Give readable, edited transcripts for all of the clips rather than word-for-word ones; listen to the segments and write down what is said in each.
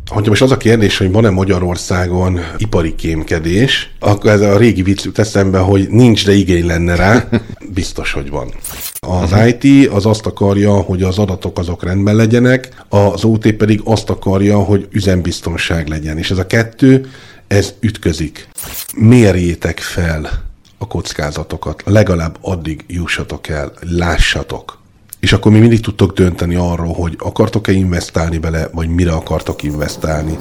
Hogyha most az a kérdés, hogy van-e Magyarországon ipari kémkedés, akkor ez a régi vicc jut eszembe, hogy nincs, de igény lenne rá. Biztos, hogy van. Az IT az azt akarja, hogy az adatok azok rendben legyenek, az OT pedig azt akarja, hogy üzembiztonság legyen. És ez a kettő, ez ütközik. Mérjétek fel a kockázatokat, legalább addig jussatok el, lássatok. És akkor mi mindig tudtok dönteni arról, hogy akartok-e investálni bele, vagy mire akartok investálni.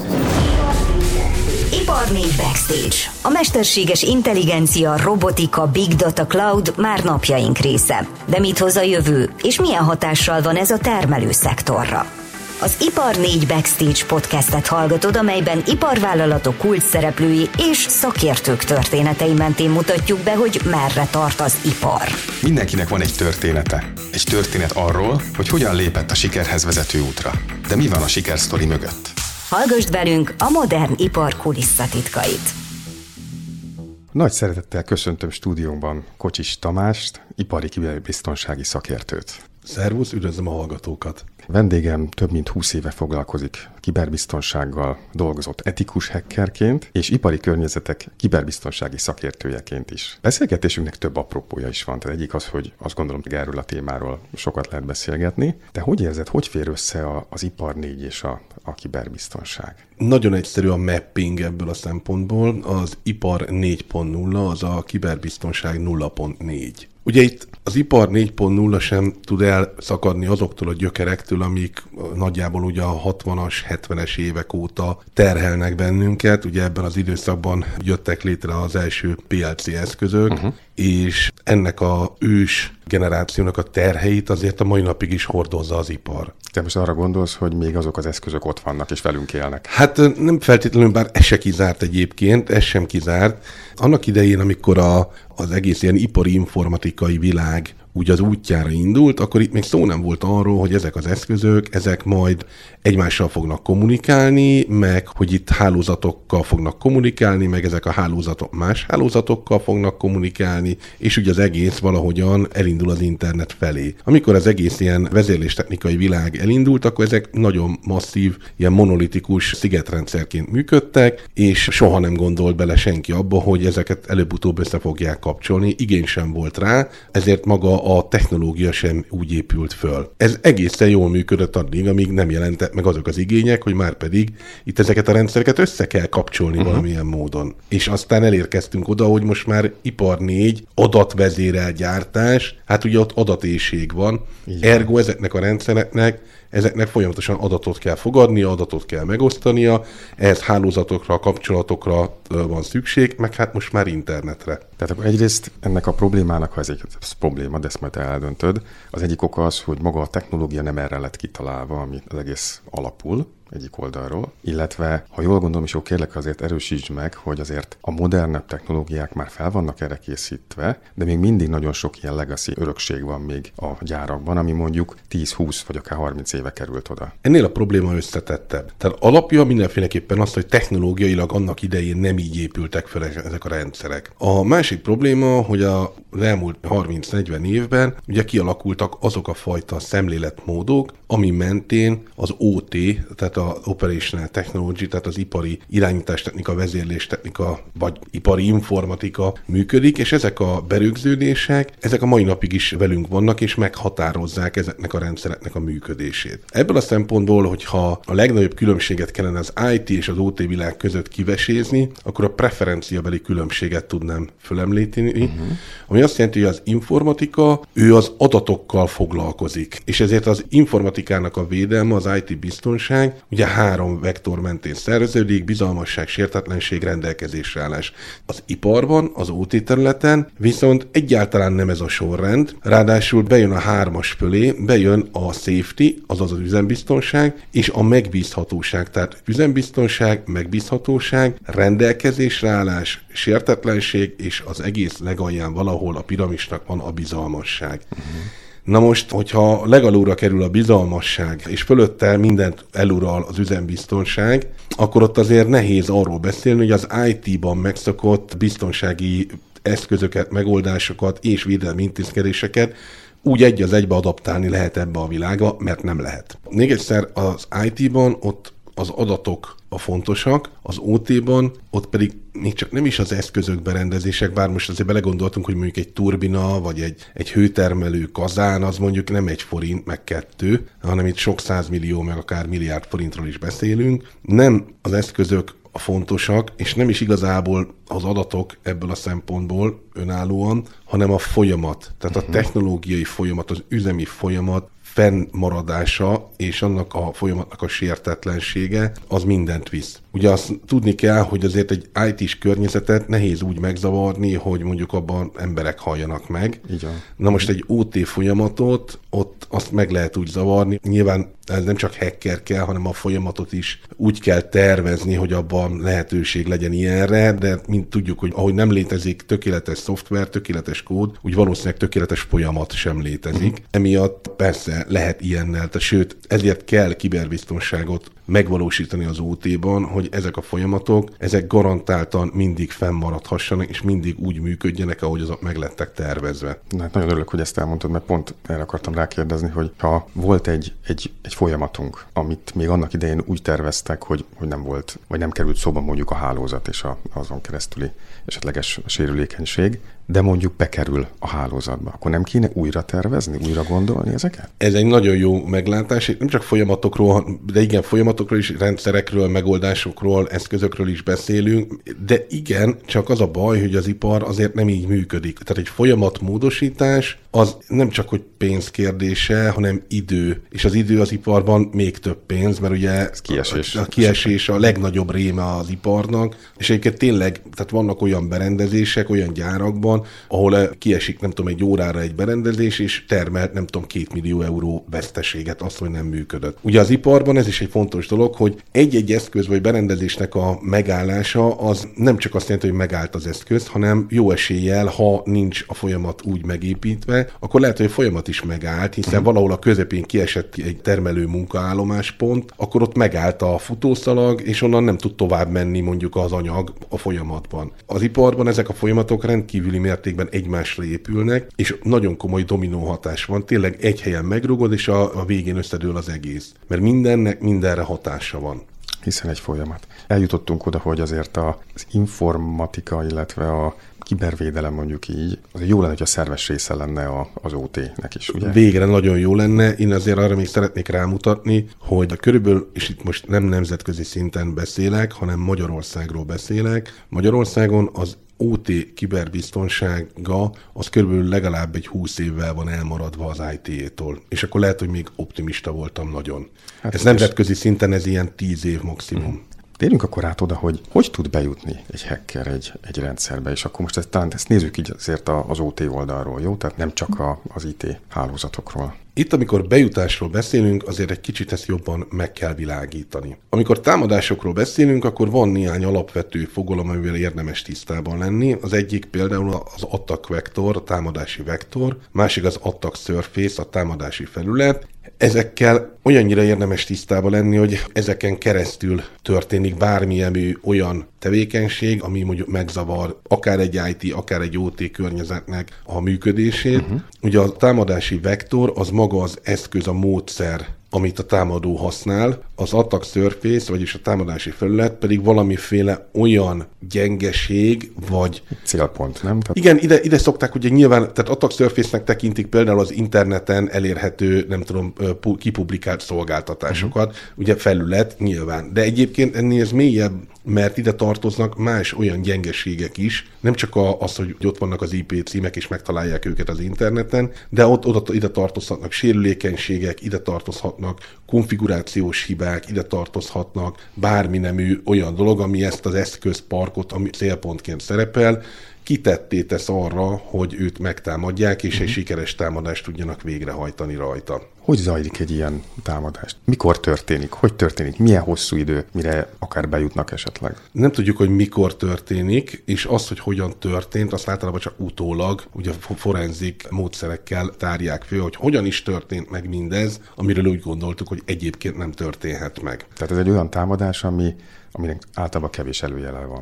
Ipar 4 Backstage. A mesterséges intelligencia, robotika, big data, cloud már napjaink része. De mit hoz a jövő, és milyen hatással van ez a termelő szektorra? Az Ipar 4 Backstage podcastet hallgatod, amelyben iparvállalatok kulcsszereplői és szakértők történetei mentén mutatjuk be, hogy merre tart az ipar. Mindenkinek van egy története. Egy történet arról, hogy hogyan lépett a sikerhez vezető útra. De mi van a sikersztori mögött? Hallgassd velünk a modern ipar kulisszatitkait. Nagy szeretettel köszöntöm stúdiónkban Kocsis Tamást, ipari kiberbiztonsági szakértőt. Szervusz, üdvözlöm a hallgatókat! Vendégem több mint 20 éve foglalkozik kiberbiztonsággal, dolgozott etikus hackerként és ipari környezetek kiberbiztonsági szakértőjeként is. Beszélgetésünknek több apropója is van. Tehát egyik az, hogy azt gondolom, hogy erről a témáról sokat lehet beszélgetni. De hogy érzed, hogy fér össze az Ipar 4 és a kiberbiztonság? Nagyon egyszerű a mapping ebből a szempontból. Az Ipar 4.0 az a kiberbiztonság 0.4. Ugye itt az Ipar 4.0 sem tud elszakadni azoktól a gyökerektől, amik nagyjából ugye a 60-as, 70-es évek óta terhelnek bennünket. Ugye ebben az időszakban jöttek létre az első PLC eszközök, és ennek a ős generációnak a terheit azért a mai napig is hordozza az ipar. Te most arra gondolsz, hogy még azok az eszközök ott vannak és velünk élnek? Hát nem feltétlenül, bár ez se kizárt egyébként, ez sem kizárt. Annak idején, amikor az egész ilyen ipari informatikai világ úgy az útjára indult, akkor itt még szó nem volt arról, hogy ezek az eszközök, ezek majd egymással fognak kommunikálni, meg hogy itt hálózatokkal fognak kommunikálni, meg ezek a hálózatok más hálózatokkal fognak kommunikálni, és ugye az egész valahogyan elindul az internet felé. Amikor az egész ilyen vezérléstechnikai világ elindult, akkor ezek nagyon masszív, ilyen monolitikus szigetrendszerként működtek, és soha nem gondolt bele senki abba, hogy ezeket előbb-utóbb össze fogják kapcsolni. Igény sem volt rá, ezért maga a technológia sem úgy épült föl. Ez egészen jól működött addig, amíg nem jelentek meg azok az igények, hogy már pedig itt ezeket a rendszereket össze kell kapcsolni valamilyen módon. És aztán elérkeztünk oda, hogy most már Ipar 4, adatvezérelt gyártás, hát ugye ott adatéhség van, ergo ezeknek a rendszereknek folyamatosan adatot kell fogadnia, adatot kell megosztania, ehhez hálózatokra, kapcsolatokra van szükség, meg hát most már internetre. Tehát akkor egyrészt ennek a problémának, ha ez egy probléma, de ezt majd eldöntöd, az egyik oka az, hogy maga a technológia nem erre lett kitalálva, ami az egész alapul egyik oldalról, illetve, ha jól gondolom, és jó, kérlek, azért erősítsd meg, hogy azért a modernebb technológiák már fel vannak erre készítve, de még mindig nagyon sok ilyen legacy örökség van még a gyárakban, ami mondjuk 10-20 vagy akár 30 éve került oda. Ennél a probléma összetettebb. Tehát alapja mindenféleképpen az, hogy technológiailag annak idején nem így épültek fel ezek a rendszerek. A másik probléma, hogy az elmúlt 30-40 évben ugye kialakultak azok a fajta szemléletmódok, ami mentén az OT, tehát a Operational Technology, tehát az ipari irányítástechnika, vezérléstechnika, vagy ipari informatika működik, és ezek a berögződések, ezek a mai napig is velünk vannak, és meghatározzák ezeknek a rendszereknek a működését. Ebből a szempontból, hogyha a legnagyobb különbséget kellene az IT és az OT világ között kivesézni, akkor a preferenciabeli különbséget tudnám fölemlíteni, ami azt jelenti, hogy az informatika, ő az adatokkal foglalkozik, és ezért az informatikának a védelme, az IT biztonság, ugye 3 vektor mentén szerveződik: bizalmasság, sértetlenség, rendelkezésre állás. Az iparban, az OT területen viszont egyáltalán nem ez a sorrend, ráadásul bejön a 3-as fölé, bejön a safety, azaz az üzembiztonság, és a megbízhatóság, tehát üzembiztonság, megbízhatóság, rendelkezésre állás, sértetlenség, és az egész legalján valahol a piramisnak van a bizalmasság. Na most, hogyha legalulra kerül a bizalmasság, és fölötte mindent elural az üzembiztonság, akkor ott azért nehéz arról beszélni, hogy az IT-ban megszokott biztonsági eszközöket, megoldásokat és védelmi intézkedéseket úgy egy az egybe adaptálni lehet ebbe a világba, mert nem lehet. Még egyszer, az IT-ban ott az adatok a fontosak, az OT-ban, ott pedig még csak nem is az eszközök, berendezések, bár most azért belegondoltunk, hogy mondjuk egy turbina, vagy egy hőtermelő kazán, az mondjuk nem 1 forint, meg 2, hanem itt sok 100 millió, meg akár milliárd forintról is beszélünk. Nem az eszközök a fontosak, és nem is igazából az adatok ebből a szempontból önállóan, hanem a folyamat. Tehát a technológiai folyamat, az üzemi folyamat fennmaradása és annak a folyamatnak a sértetlensége, az mindent visz. Ugye azt tudni kell, hogy azért egy IT-s környezetet nehéz úgy megzavarni, hogy mondjuk abban emberek halljanak meg. Így van. Na most egy OT folyamatot, ott azt meg lehet úgy zavarni. Nyilván ez nem csak hacker kell, hanem a folyamatot is úgy kell tervezni, hogy abban lehetőség legyen ilyenre, de mint tudjuk, hogy ahogy nem létezik tökéletes szoftver, tökéletes kód, úgy valószínűleg tökéletes folyamat sem létezik. Emiatt persze lehet ilyennel, sőt, ezért kell kiberbiztonságot megvalósítani az OT-ban, hogy ezek a folyamatok, ezek garantáltan mindig fennmaradhassanak, és mindig úgy működjenek, ahogy azok meg lettek tervezve. Na, hát nagyon örülök, hogy ezt elmondtad, mert pont erre akartam rákérdezni, hogy ha volt egy folyamatunk, amit még annak idején úgy terveztek, hogy nem volt, vagy nem került szóba mondjuk a hálózat és azon keresztüli esetleges sérülékenység, de mondjuk bekerül a hálózatba, akkor nem kéne újra tervezni, újra gondolni ezeket? Ez egy nagyon jó meglátás, nem csak folyamatokról, de igen, folyamatokról is, rendszerekről, megoldásokról, eszközökről is beszélünk, de igen, csak az a baj, hogy az ipar azért nem így működik. Tehát egy folyamatmódosítás az nem csak hogy pénz kérdése, hanem idő. És az idő az iparban még több pénz, mert ugye a kiesés a legnagyobb réme az iparnak, és egyébként tényleg, tehát vannak olyan berendezések, olyan gyárakban, ahol kiesik, nem tudom, egy órára egy berendezés, és termelt, nem tudom, 2 millió euró veszteséget, azt, hogy nem működött. Ugye az iparban ez is egy fontos dolog, hogy egy-egy eszköz vagy berendezésnek a megállása az nem csak azt jelenti, hogy megállt az eszköz, hanem jó eséllyel, ha nincs a folyamat úgy megépítve, akkor lehet, hogy a folyamat is megállt, hiszen valahol a közepén kiesett egy termelő munkaállomáspont, akkor ott megállt a futószalag, és onnan nem tud tovább menni mondjuk az anyag a folyamatban. Az iparban ezek a folyamatok rendkívüli mértékben egymásra épülnek, és nagyon komoly dominó hatás van. Tényleg egy helyen megrugod, és a végén összedől az egész. Mert mindennek mindenre hatása van. Hiszen egy folyamat. Eljutottunk oda, hogy azért az informatika, illetve a kibervédelem mondjuk így, azért jó lenne, hogy a szerves része lenne az OT-nek is, ugye? Végre nagyon jó lenne. Én azért arra még szeretnék rámutatni, hogy körülbelül, és itt most nem nemzetközi szinten beszélek, hanem Magyarországról beszélek. Magyarországon az OT kiberbiztonsága az körülbelül legalább egy 20 évvel van elmaradva az IT-tól. És akkor lehet, hogy még optimista voltam nagyon. Hát ez nemzetközi szinten ez ilyen 10 év maximum. Térjünk akkor át oda, hogy tud bejutni egy hacker egy rendszerbe, és akkor most ezt nézzük így azért az OT oldalról, jó? Tehát nem csak az IT hálózatokról. Itt, amikor bejutásról beszélünk, azért egy kicsit ezt jobban meg kell világítani. Amikor támadásokról beszélünk, akkor van néhány alapvető fogalom, amivel érdemes tisztában lenni. Az egyik például az attack vektor, a támadási vektor, másik az attack surface, a támadási felület. Ezekkel olyannyira érdemes tisztában lenni, hogy ezeken keresztül történik bármilyen olyan tevékenység, ami mondjuk megzavar akár egy IT, akár egy OT környezetnek a működését. Ugye a támadási vektor az maga az eszköz, a módszer, amit a támadó használ, az attack surface, vagyis a támadási felület pedig valamiféle olyan gyengeség, vagy... Célpont, nem? Igen, ide szokták, ugye nyilván, tehát attack surface-nek tekintik például az interneten elérhető, nem tudom, kipublikált szolgáltatásokat, ugye felület nyilván. De egyébként ennél ez mélyebb, mert ide tartoznak más olyan gyengeségek is, nem csak az, hogy ott vannak az IP címek, és megtalálják őket az interneten, de ide tartozhatnak sérülékenységek, ide tartozhatnak konfigurációs hibák, ide tartozhatnak bármi nemű olyan dolog, ami ezt az eszközparkot, ami célpontként szerepel, kitetté tesz arra, hogy őt megtámadják, és egy sikeres támadást tudjanak végrehajtani rajta. Hogy zajlik egy ilyen támadás? Mikor történik? Hogy történik? Milyen hosszú idő, mire akár bejutnak esetleg? Nem tudjuk, hogy mikor történik, és az, hogy hogyan történt, azt általában csak utólag, ugye forenzik módszerekkel tárják föl, hogy hogyan is történt meg mindez, amiről úgy gondoltuk, hogy egyébként nem történhet meg. Tehát ez egy olyan támadás, aminek általában kevés előjele van.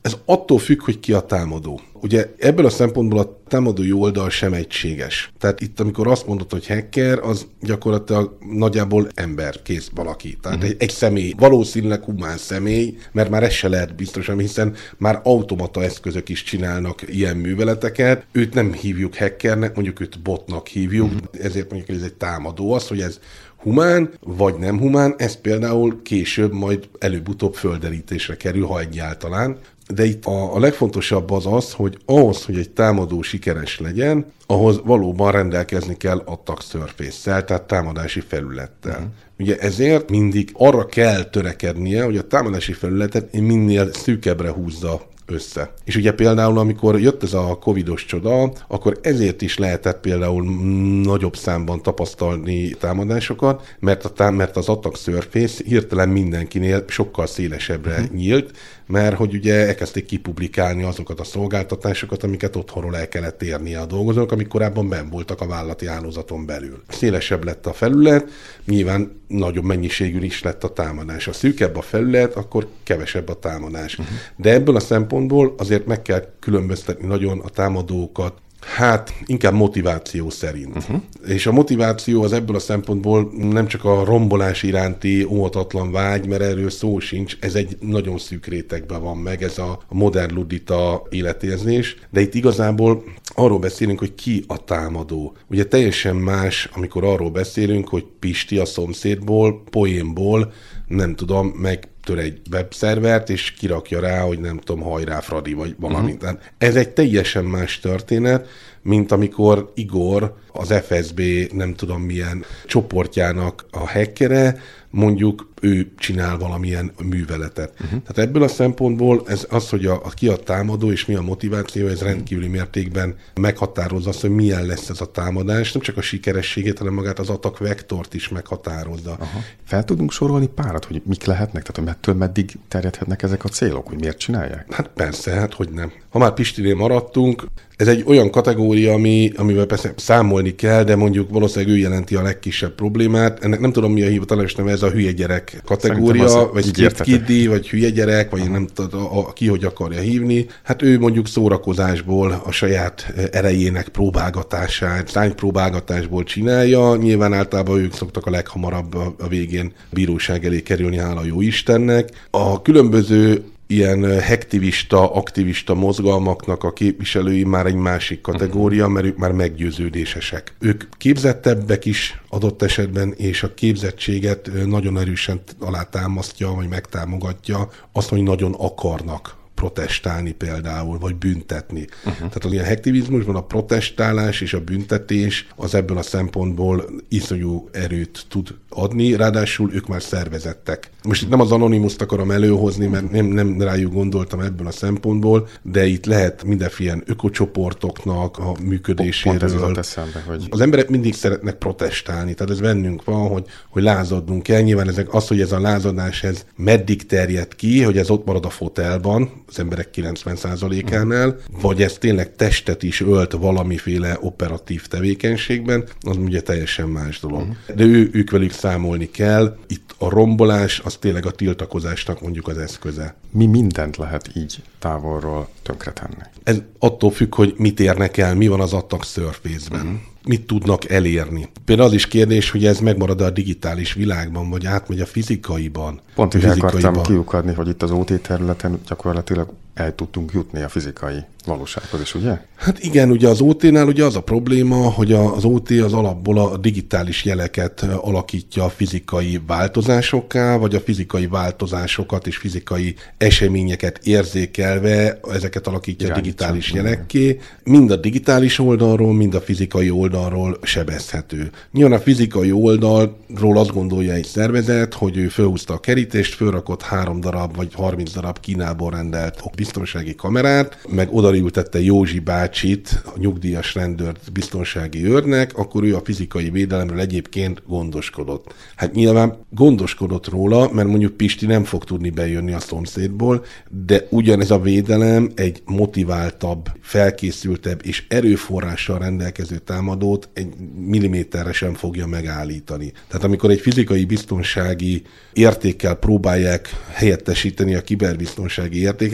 Ez attól függ, hogy ki a támadó. Ugye ebből a szempontból a támadói oldal sem egységes. Tehát itt, amikor azt mondod, hogy hacker, az gyakorlatilag nagyjából ember, kész valaki. Tehát egy személy, valószínűleg humán személy, mert már ez se lehet biztosan, hiszen már automata eszközök is csinálnak ilyen műveleteket. Őt nem hívjuk hackernek, mondjuk őt botnak hívjuk, ezért mondjuk, hogy ez egy támadó. Az, hogy ez humán, vagy nem humán, ez például később majd előbb-utóbb földerítésre kerül, ha egyáltalán. De itt a legfontosabb az, hogy ahhoz, hogy egy támadó sikeres legyen, ahhoz valóban rendelkezni kell attack surface-szel, tehát támadási felülettel. Ugye ezért mindig arra kell törekednie, hogy a támadási felületet minél szűkebbre húzza össze. És ugye például, amikor jött ez a covidos csoda, akkor ezért is lehetett például nagyobb számban tapasztalni támadásokat, mert az attack surface hirtelen mindenkinél sokkal szélesebbre nyílt, mert hogy ugye elkezdték kipublikálni azokat a szolgáltatásokat, amiket otthonról el kellett érnie a dolgozók, amik korábban benn voltak a vállalati hálózaton belül. Szélesebb lett a felület, nyilván nagyobb mennyiségű is lett a támadás. Ha szűkebb a felület, akkor kevesebb a támadás. De ebből a szempontból azért meg kell különböztetni nagyon a támadókat, hát inkább motiváció szerint. És a motiváció az ebből a szempontból nem csak a rombolás iránti óhatatlan vágy, mert erről szó sincs, ez egy nagyon szűk rétegben van meg, ez a modern luddita életérzés, de itt igazából arról beszélünk, hogy ki a támadó. Ugye teljesen más, amikor arról beszélünk, hogy Pisti a szomszédból, poénból, nem tudom, megtör egy webszervert, és kirakja rá, hogy nem tudom, hajrá Fradi, vagy valami. Ez egy teljesen más történet, mint amikor Igor, az FSB nem tudom milyen csoportjának a hackere, mondjuk ő csinál valamilyen műveletet. Tehát ebből a szempontból ez az, hogy ki a támadó és mi a motiváció, ez rendkívüli mértékben meghatározza azt, hogy milyen lesz ez a támadás, nem csak a sikerességét, hanem magát az attack vektort is meghatározza. Fel tudunk sorolni párat, hogy mik lehetnek? Tehát, hogy mettől meddig terjedhetnek ezek a célok, hogy miért csinálják? Hát persze, hát hogy nem. Ha már Pistinél maradtunk, ez egy olyan kategória, amivel persze számolni kell, de mondjuk valószínűleg ő jelenti a legkisebb problémát. Ennek nem tudom, mi a hivatalos neve, ez a hülye gyerek kategória, vagy street kiddie, vagy hülye gyerek, vagy nem tudom, ki hogy akarja hívni. Hát ő mondjuk szórakozásból a saját erejének próbálgatását, szánypróbálgatásból csinálja. Nyilván általában ők szoktak a leghamarabb a végén bíróság elé kerülni, hála jó Istennek. A különböző ilyen hektivista, aktivista mozgalmaknak a képviselői már egy másik kategória, mert ők már meggyőződésesek. Ők képzettebbek is adott esetben, és a képzettséget nagyon erősen alátámasztja, vagy megtámogatja azt, hogy nagyon akarnak protestálni például, vagy büntetni. Tehát az ilyen hektivizmusban a protestálás és a büntetés az ebből a szempontból iszonyú erőt tud adni, ráadásul ők már szervezettek. Most itt nem az Anonymous-t akarom előhozni, mert nem rájuk gondoltam ebből a szempontból, de itt lehet mindenféle ökocsoportoknak a működéséről. Pont ez jutott eszembe, hogy... Az emberek mindig szeretnek protestálni, tehát ez bennünk van, hogy lázadnunk kell. Nyilván az, hogy ez a lázadás ez meddig terjed ki, hogy ez ott marad a fotelban, az emberek 90%-ánál, vagy ez tényleg testet is ölt valamiféle operatív tevékenységben, az ugye teljesen más dolog. De ők velük számolni kell. Itt a rombolás, az tényleg a tiltakozásnak mondjuk az eszköze. Mi mindent lehet így távolról tönkretenni? Ez attól függ, hogy mit érnek el, mi van az attack surface-ben. Mit tudnak elérni. Például az is kérdés, hogy ez megmarad a digitális világban, vagy átmegy a fizikaiban. Pont így akartam kiukadni, hogy itt az OT területen gyakorlatilag el tudtunk jutni a fizikai valósághoz is, ugye? Hát igen, ugye az OT-nál ugye az a probléma, hogy az OT az alapból a digitális jeleket alakítja a fizikai változásokká, vagy a fizikai változásokat és fizikai eseményeket érzékelve ezeket alakítja a digitális jelekké. Mind a digitális oldalról, mind a fizikai oldalról sebezhető. Nyilván a fizikai oldalról azt gondolja egy szervezet, hogy ő felhúzta a kerítést, fölrakott 3 darab vagy 30 darab Kínából rendelt biztonsági kamerát, meg odaültette Józsi bácsit, a nyugdíjas rendőrt biztonsági őrnek, akkor ő a fizikai védelemről egyébként gondoskodott. Hát nyilván gondoskodott róla, mert mondjuk Pisti nem fog tudni bejönni a szomszédból, de ugyanez a védelem egy motiváltabb, felkészültebb és erőforrással rendelkező támadót egy milliméterre sem fogja megállítani. Tehát amikor egy fizikai biztonsági értékkel próbálják helyettesíteni a kiberbiztonsági értékeket, akkor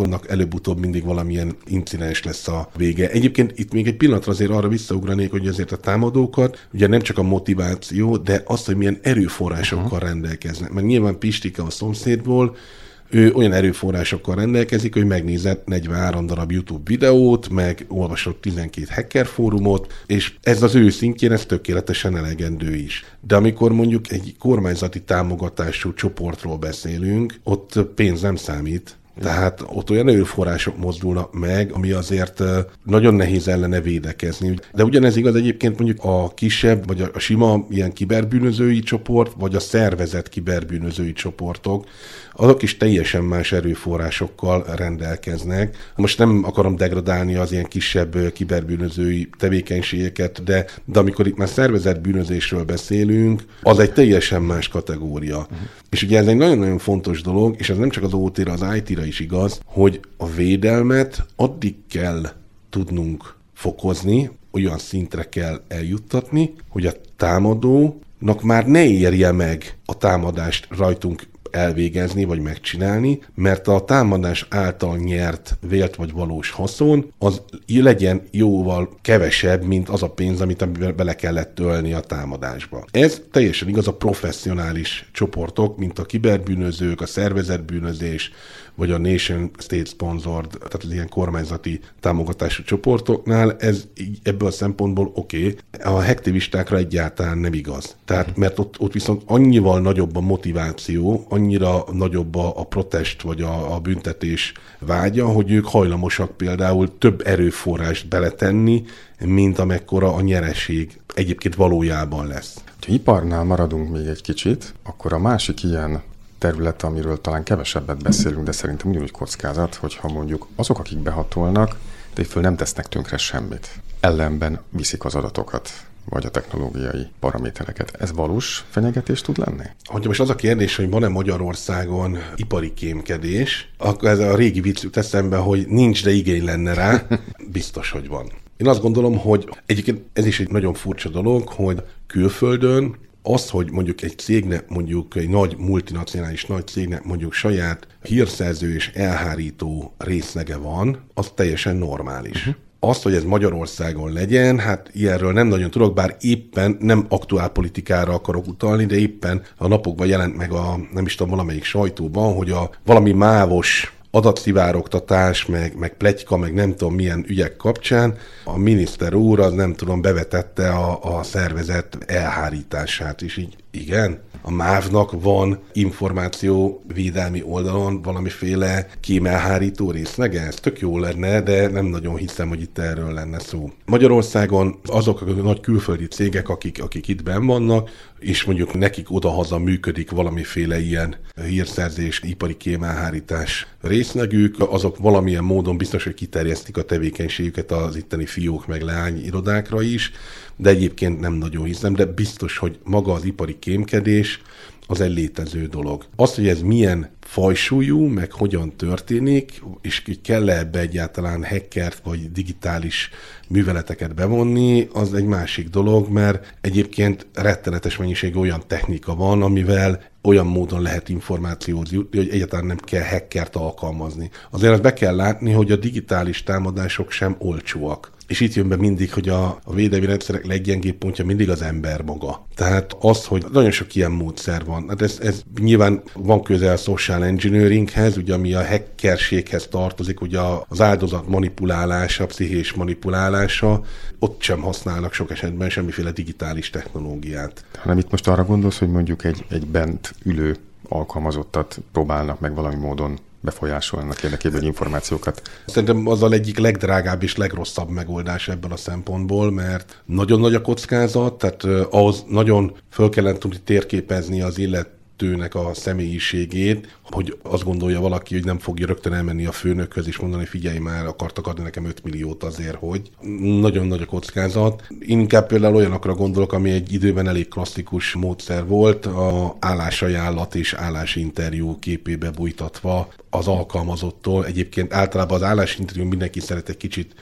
akkor előbb-utóbb mindig valamilyen incidens lesz a vége. Egyébként itt még egy pillanatra azért arra visszaugranék, hogy azért a támadókat, ugye nem csak a motiváció, de azt, hogy milyen erőforrásokkal rendelkeznek. Mert nyilván Pistike a szomszédból, ő olyan erőforrásokkal rendelkezik, hogy megnézett 43 darab YouTube videót, meg olvasott 12 hacker fórumot, és ez az ő szintjén ez tökéletesen elegendő is. De amikor mondjuk egy kormányzati támogatású csoportról beszélünk, ott pénz nem számít. Tehát ott olyan erőforrások mozdulnak meg, ami azért nagyon nehéz ellene védekezni. De ugyanez igaz egyébként mondjuk a kisebb, vagy a sima ilyen kiberbűnözői csoport, vagy a szervezett kiberbűnözői csoportok, azok is teljesen más erőforrásokkal rendelkeznek. Most nem akarom degradálni az ilyen kisebb kiberbűnözői tevékenységeket, de amikor itt már szervezett bűnözésről beszélünk, az egy teljesen más kategória. És ugye ez egy nagyon-nagyon fontos dolog, és ez nem csak az OT-ra, az IT-ra is igaz, hogy a védelmet addig kell tudnunk fokozni, olyan szintre kell eljuttatni, hogy a támadónak már ne érje meg a támadást rajtunk elvégezni, vagy megcsinálni, mert a támadás által nyert vélt vagy valós haszon, az legyen jóval kevesebb, mint az a pénz, amit bele kellett ölni a támadásba. Ez teljesen igaz a professzionális csoportok, mint a kiberbűnözők, a szervezetbűnözés, vagy a nation state sponsored, tehát az ilyen kormányzati támogatású csoportoknál, ez ebből a szempontból oké. A hacktivistákra egyáltalán nem igaz. Tehát, mert ott viszont annyival nagyobb a motiváció, annyira nagyobb a protest, vagy a büntetés vágya, hogy ők hajlamosak például több erőforrást beletenni, mint amekkora a nyereség egyébként valójában lesz. Ha iparnál maradunk még egy kicsit, akkor a másik ilyen terület, amiről talán kevesebbet beszélünk, de szerintem ugyanúgy kockázat, hogyha mondjuk azok, akik behatolnak, de föl nem tesznek tönkre semmit. Ellenben viszik az adatokat, vagy a technológiai paramétereket. Ez valós fenyegetés tud lenni? Hogyha most az a kérdés, hogy van-e Magyarországon ipari kémkedés, akkor ez a régi vicc jut eszembe, hogy nincs, de igény lenne rá. Biztos, hogy van. Én azt gondolom, hogy egyébként ez is egy nagyon furcsa dolog, hogy külföldön az, hogy mondjuk egy cégnek, mondjuk egy nagy multinacionális nagy cégnek mondjuk saját hírszerző és elhárító részlege van, az teljesen normális. Azt, hogy ez Magyarországon legyen, hát ilyenről nem nagyon tudok, bár éppen nem aktuál politikára akarok utalni, de éppen a napokban jelent meg nem is tudom, valamelyik sajtóban, hogy valami mávos adatszivárogtatás, meg pletyka, meg nem tudom milyen ügyek kapcsán a miniszter úr az nem tudom bevetette a szervezet elhárítását, és így igen, a MÁV-nak van információvédelmi oldalon valamiféle kémelhárító részlege, ez tök jó lenne, de nem nagyon hiszem, hogy itt erről lenne szó. Magyarországon azok a nagy külföldi cégek, akik itt benn vannak, és mondjuk nekik odahaza működik valamiféle ilyen hírszerzés, ipari kémelhárítás részlegük, azok valamilyen módon biztos, hogy kiterjesztik a tevékenységüket az itteni fiók meg leány irodákra is, de egyébként nem nagyon hiszem, de biztos, hogy maga az ipari kémkedés az egy létező dolog. Az, hogy ez milyen fajsúlyú, meg hogyan történik, és kell-e ebbe egyáltalán hackert vagy digitális műveleteket bevonni, az egy másik dolog, mert egyébként rettenetes mennyiségű olyan technika van, amivel olyan módon lehet információhoz jutni, hogy egyáltalán nem kell hackert alkalmazni. Azért azt be kell látni, hogy a digitális támadások sem olcsóak. És itt jön be mindig, hogy a védelmi rendszerek leggyengébb pontja mindig az ember maga. Tehát az, hogy nagyon sok ilyen módszer van. Hát ez nyilván van közel a social engineeringhez, ugye ami a hackerséghez tartozik, ugye az áldozat manipulálása, pszichés manipulálása, ott sem használnak sok esetben semmiféle digitális technológiát. Hanem itt most arra gondolsz, hogy mondjuk egy bent ülő alkalmazottat próbálnak meg valami módon befolyásolnak érdekében, hogy információkat. Szerintem az a egyik legdrágább és legrosszabb megoldás ebből a szempontból, mert nagyon nagy a kockázat, tehát ahhoz nagyon föl kellene tudni térképezni az illetőnek a személyiségét, hogy azt gondolja valaki, hogy nem fogja rögtön elmenni a főnökhöz és mondani, figyelj már, akartak adni nekem 5 milliót azért, hogy nagyon nagy a kockázat. Én inkább például olyanokra gondolok, ami egy időben elég klasszikus módszer volt, a állásajánlat és állásinterjú képébe bújtatva az alkalmazottól. Egyébként általában az állásinterjú mindenki szeret egy kicsit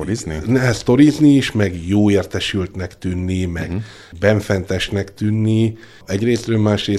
sztorizni is, meg jó értesültnek tűnni, meg benfentesnek tűnni. Egyrésztről, másrészt meg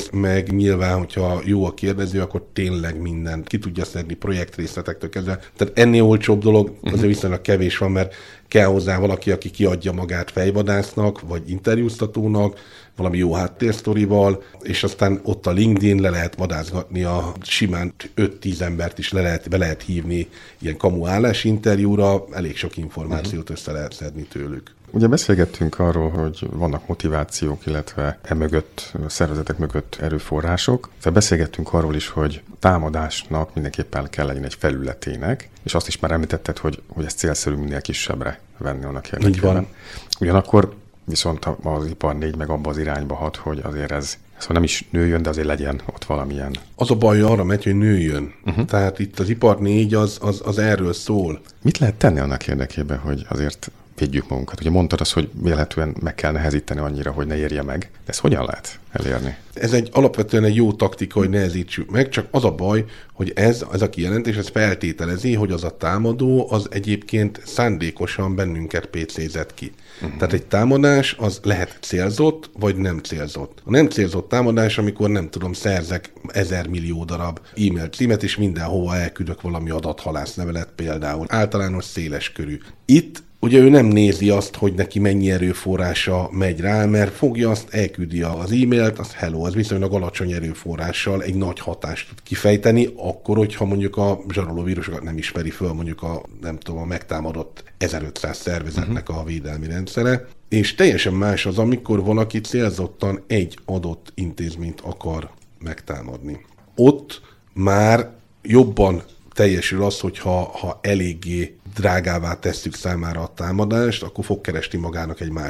meg nyilván, hogyha jó a kérdező, akkor tényleg mindent ki tudja szedni projektrészletektől kezdve. Tehát ennél olcsóbb dolog azért viszonylag kevés van, mert kell hozzá valaki, aki kiadja magát fejvadásznak, vagy interjúztatónak, valami jó háttérsztorival, és aztán ott a LinkedIn le lehet vadászgatni a simán 5-10 embert is be lehet hívni ilyen kamu állásinterjúra, elég sok információt össze lehet szedni tőlük. Ugye beszélgettünk arról, hogy vannak motivációk, illetve mögött, szervezetek mögött erőforrások. Tehát beszélgettünk arról is, hogy támadásnak mindenképpen kell legyen egy felületének, és azt is már említetted, hogy ezt célszerű minél kisebbre venni annak érdekében. Így van. Ugyanakkor viszont az ipar 4 meg abba az irányba hat, hogy azért ez nem is nőjön, de azért legyen ott valamilyen. Az a baj arra megy, hogy nőjön. Tehát itt az ipar 4 az erről szól. Mit lehet tenni annak érdekében, hogy azért védjük magunkat? Ugye mondtad azt, hogy véletlenül meg kell nehezíteni annyira, hogy ne érje meg. De ezt hogyan lehet elérni? Ez alapvetően egy jó taktika, hogy nehezítsük meg, csak az a baj, hogy ez a kijelentés, ez feltételezi, hogy az a támadó az egyébként szándékosan bennünket PC-zett ki. Tehát egy támadás az lehet célzott, vagy nem célzott. A nem célzott támadás, amikor nem tudom, szerzek 1000 millió darab e-mail címet, és mindenhova elküldök valami adathalászlevelet például. Általános széles körű. Itt ugye ő nem nézi azt, hogy neki mennyi erőforrása megy rá, mert fogja azt, elküldi az e-mailt, az hello, az viszonylag alacsony erőforrással egy nagy hatást tud kifejteni, akkor, hogyha mondjuk a zsaroló vírusokat nem ismeri föl mondjuk a megtámadott 1500 szervezetnek a védelmi rendszere. És teljesen más az, amikor valaki célzottan egy adott intézményt akar megtámadni. Ott már jobban teljesül az, hogyha eléggé drágává tesszük számára a támadást, akkor fog keresni magának egy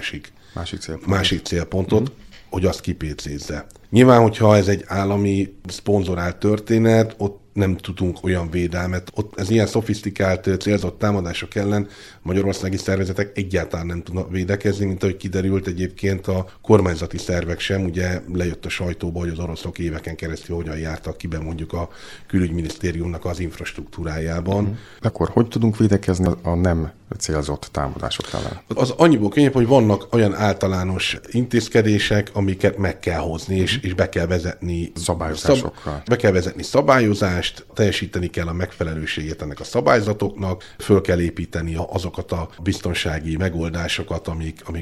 másik célpontot, hogy azt kipécézze. Nyilván, hogyha ez egy állami szponzorált történet, ott nem tudunk olyan védelmet. Ott ez ilyen szofisztikált, célzott támadások ellen magyarországi szervezetek egyáltalán nem tudnak védekezni, mint ahogy kiderült egyébként a kormányzati szervek sem. Ugye lejött a sajtóba, hogy az oroszok éveken keresztül hogyan jártak ki be mondjuk a külügyminisztériumnak az infrastruktúrájában. Akkor hogy tudunk védekezni a nem célzott támadások ellen? Az annyiból könnyebb, hogy vannak olyan általános intézkedések, amiket meg kell hozni, és be kell vezetni szabályozásokkal. Be kell vezetni szabályozást, teljesíteni kell a megfelelőségét ennek a szabályzatoknak, föl kell építeni azokat a biztonsági megoldásokat, amik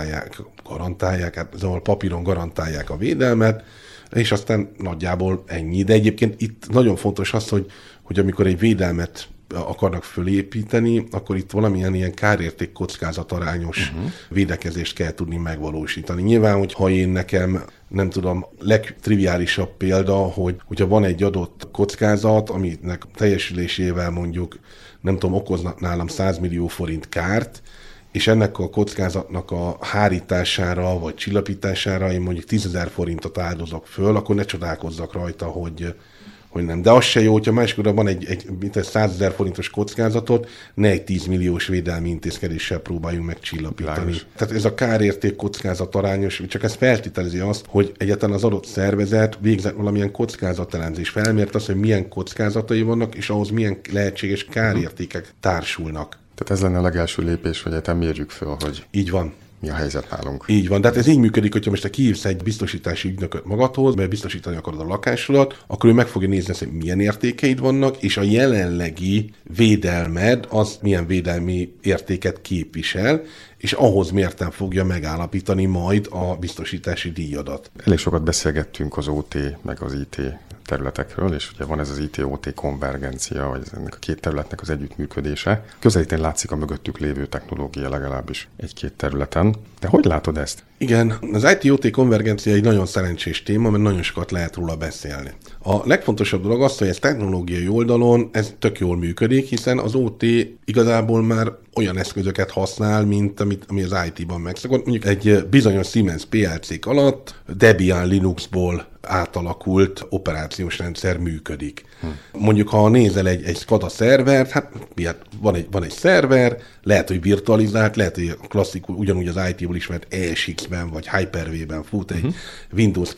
garantálják, hát papíron garantálják a védelmet, és aztán nagyjából ennyi. De egyébként itt nagyon fontos az, hogy amikor egy védelmet akarnak fölépíteni, akkor itt valamilyen ilyen kárérték kockázatarányos védekezést kell tudni megvalósítani. Nyilván, hogyha én nekem, nem tudom, legtriviálisabb példa, hogyha van egy adott kockázat, aminek teljesülésével mondjuk, nem tudom, okoznak nálam 100 millió forint kárt, és ennek a kockázatnak a hárítására vagy csillapítására én mondjuk 10 000 forintot áldozok föl, akkor ne csodálkozzak rajta, hogy nem. De az se jó, hogyha máskor van egy 100 000 forintos kockázatot, ne egy 10 milliós védelmi intézkedéssel próbáljunk meg csillapítani. Lágos. Tehát ez a kárérték kockázat arányos, csak ez feltételezi azt, hogy egyáltalán az adott szervezet végzett valamilyen kockázatelemzés, felmért azt, hogy milyen kockázatai vannak, és ahhoz milyen lehetséges kárértékek társulnak. Tehát ez lenne a legelső lépés, hogy egyáltalán mérjük föl, hogy így van. Mi a helyzet nálunk. Így van, tehát ez így működik, hogyha most te kihívsz egy biztosítási ügynököt magadhoz, mert biztosítani akarod a lakásodat, akkor ő meg fogja nézni, hogy milyen értékeid vannak, és a jelenlegi védelmed az milyen védelmi értéket képvisel, és ahhoz mérten fogja megállapítani majd a biztosítási díjadat. Elég sokat beszélgettünk az OT meg az IT területekről, és ugye van ez az IT-OT konvergencia, vagy ennek a két területnek az együttműködése. Közelítén látszik a mögöttük lévő technológia legalábbis egy-két területen. De hogy látod ezt? Igen, az IT-OT konvergencia egy nagyon szerencsés téma, mert nagyon sokat lehet róla beszélni. A legfontosabb dolog az, hogy ez technológiai oldalon ez tök jól működik, hiszen az OT igazából már olyan eszközöket használ, mint ami az IT-ban megszokott. Mondjuk egy bizonyos Siemens PLC alatt Debian Linuxból átalakult operációs rendszer működik. Mondjuk, ha nézel egy SCADA szervert, hát van egy szerver, lehet, hogy virtualizált, lehet, hogy klasszikus, ugyanúgy az IT-ból ismert ESX-ben vagy Hyper-V-ben fut egy Windows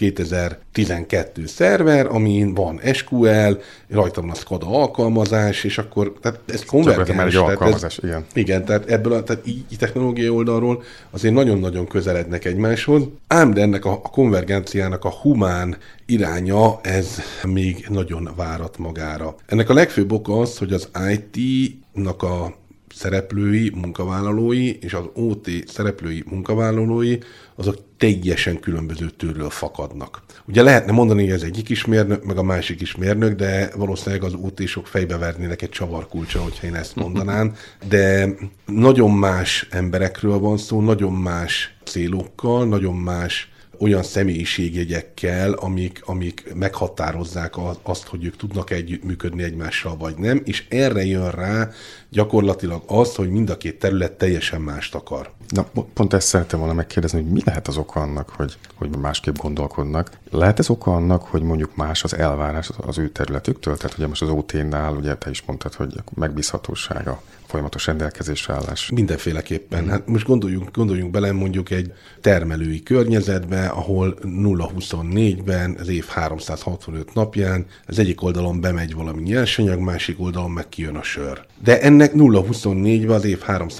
2012 szerver, amin van SQL, rajta van a SCADA alkalmazás, és akkor tehát ez konvergens. Igen, tehát ebből tehát így technológiai oldalról azért nagyon-nagyon közelednek egymáshoz, ám de ennek a konvergenciának a humán iránya, ez még nagyon várat magára. Ennek a legfőbb oka az, hogy az IT-nak a szereplői, munkavállalói és az OT szereplői, munkavállalói, azok teljesen különböző tőről fakadnak. Ugye lehetne mondani, hogy ez egyik is mérnök, meg a másik is mérnök, de valószínűleg az OT-sok fejbe vernének egy csavarkulcsa, hogyha én ezt mondanám, de nagyon más emberekről van szó, nagyon más célokkal, nagyon más olyan személyiségjegyekkel, amik meghatározzák azt, hogy ők tudnak együttműködni egymással, vagy nem, és erre jön rá gyakorlatilag az, hogy mind a két terület teljesen mást akar. Na, pont ezt szerettem volna megkérdezni, hogy mi lehet az oka annak, hogy másképp gondolkodnak. Lehet ez oka annak, hogy mondjuk más az elvárás az ő területüktől? Tehát ugye most az OT-nál, ugye te is mondtad, hogy megbízhatósága, folyamatos rendelkezésre állás. Mindenféleképpen. Hát most gondoljunk bele mondjuk egy termelői környezetbe, ahol 0-24-ben, az év 365 napján, az egyik oldalon bemegy valami nyersanyag, másik oldalon meg kijön a sör. De ennek 0-24-ben az év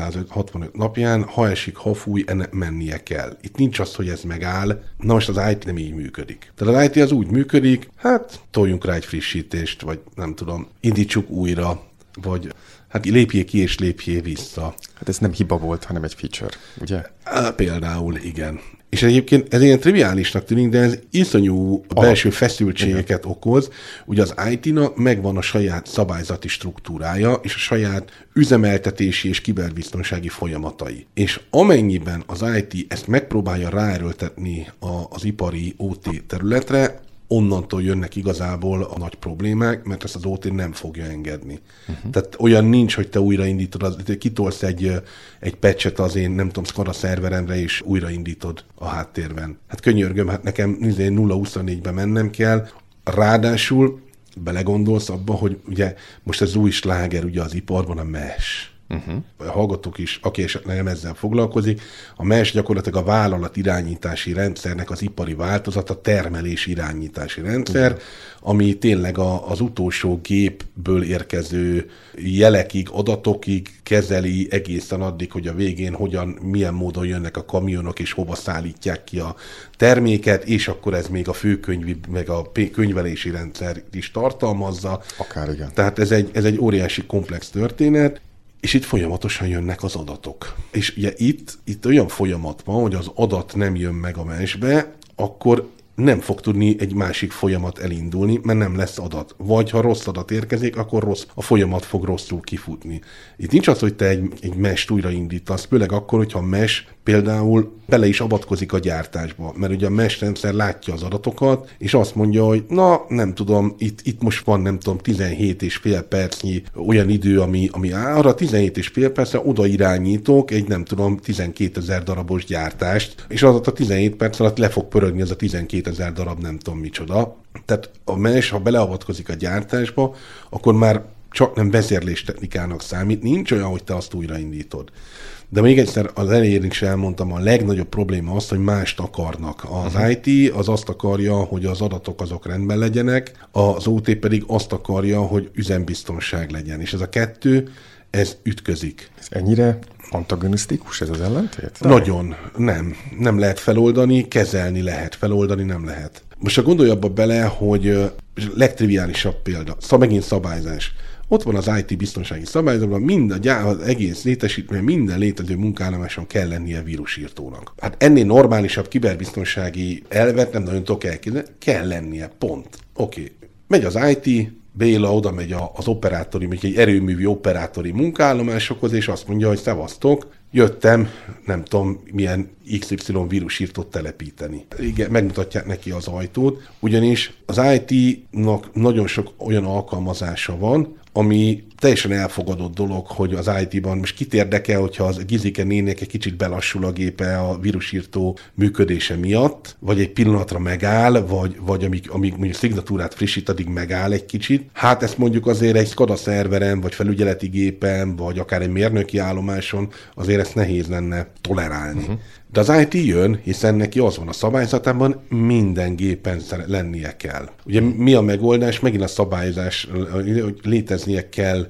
365 napján, ha esik, ha fúj, ennek mennie kell. Itt nincs az, hogy ez megáll. Na most az IT nem így működik. Tehát az IT az úgy működik, hát toljunk rá egy frissítést, vagy nem tudom, indítsuk újra, vagy hát lépjél ki és lépjél vissza. Hát ez nem hiba volt, hanem egy feature, ugye? Például, igen. És egyébként ez ilyen triviálisnak tűnik, de ez iszonyú belső feszültségeket okoz. Ugye az IT-nak megvan a saját szabályzati struktúrája, és a saját üzemeltetési és kiberbiztonsági folyamatai. És amennyiben az IT ezt megpróbálja ráerőltetni az ipari OT területre, onnantól jönnek igazából a nagy problémák, mert ezt az OT nem fogja engedni. Tehát olyan nincs, hogy te újraindítod, kitolsz egy patchet az én, nem tudom, SCADA szerveremre, és újraindítod a háttérben. Hát könyörgöm, hát nekem 0-24-ben mennem kell, ráadásul belegondolsz abba, hogy ugye most ez új sláger ugye az iparban a mesh. A hallgatók is, aki esetleg nem ezzel foglalkozik, a mesh gyakorlatilag a vállalat irányítási rendszernek az ipari változata, termelés irányítási rendszer, ami tényleg az utolsó gépből érkező jelekig, adatokig kezeli egészen addig, hogy a végén milyen módon jönnek a kamionok, és hova szállítják ki a terméket, és akkor ez még a főkönyvi, meg a könyvelési rendszer is tartalmazza. Akár igen. Tehát ez egy óriási komplex történet, és itt folyamatosan jönnek az adatok. És ugye itt olyan folyamat van, hogy az adat nem jön meg a meshbe, akkor nem fog tudni egy másik folyamat elindulni, mert nem lesz adat. Vagy ha rossz adat érkezik, akkor a folyamat fog rosszul kifutni. Itt nincs az, hogy te egy mesh-t újraindítasz, főleg akkor, hogyha a mesh például bele is avatkozik a gyártásba, mert ugye a mesh rendszer látja az adatokat, és azt mondja, hogy na, nem tudom, itt most van, nem tudom, 17,5 percnyi olyan idő, ami arra 17,5 percre oda irányítok egy, nem tudom, 12 000 darabos gyártást, és az a 17 perc alatt le fog pörögni az a 12 000 darab, nem tudom micsoda. Tehát a mesh, ha beleavatkozik a gyártásba, akkor már csak nem vezérléstechnikának számít, nincs olyan, hogy te azt újraindítod. De még egyszer az elején is elmondtam, a legnagyobb probléma az, hogy mást akarnak. Az IT az azt akarja, hogy az adatok azok rendben legyenek, az OT pedig azt akarja, hogy üzembiztonság legyen. És ez a kettő, ez ütközik. Ez ennyire antagonisztikus ez az ellentét? Nagyon. Nem lehet feloldani, kezelni lehet, feloldani nem lehet. Most csak gondolj abba bele, hogy legtriviálisabb példa, megint szabályzás. Ott van az IT biztonsági szabályzatban, az egész létesítmény, minden létező munkaállomáson kell lennie vírusírtónak. Hát ennél normálisabb kiberbiztonsági elvet nem nagyon tudok elképzelni, kell lennie, pont. Oké. Megy az IT, Béla oda megy az operátori, mondjuk egy erőművi operátori munkaállomásokhoz, és azt mondja, hogy szevasztok, jöttem, nem tudom, milyen XY vírusírtót telepíteni. Igen, megmutatják neki az ajtót, ugyanis az IT-nak nagyon sok olyan alkalmazása van, ami teljesen elfogadott dolog, hogy az IT-ban most kit érdekel, hogyha az Gizike nének egy kicsit belassul a gépe a vírusírtó működése miatt, vagy egy pillanatra megáll, vagy amíg mondjuk szignatúrát frissít, addig megáll egy kicsit. Hát ezt mondjuk azért egy SCADA szerveren, vagy felügyeleti gépen, vagy akár egy mérnöki állomáson, azért ezt nehéz lenne tolerálni. De az IT jön, hiszen neki az van a szabályzatában, minden gépen lennie kell. Ugye mi a megoldás? Megint a szabályzás, hogy léteznie kell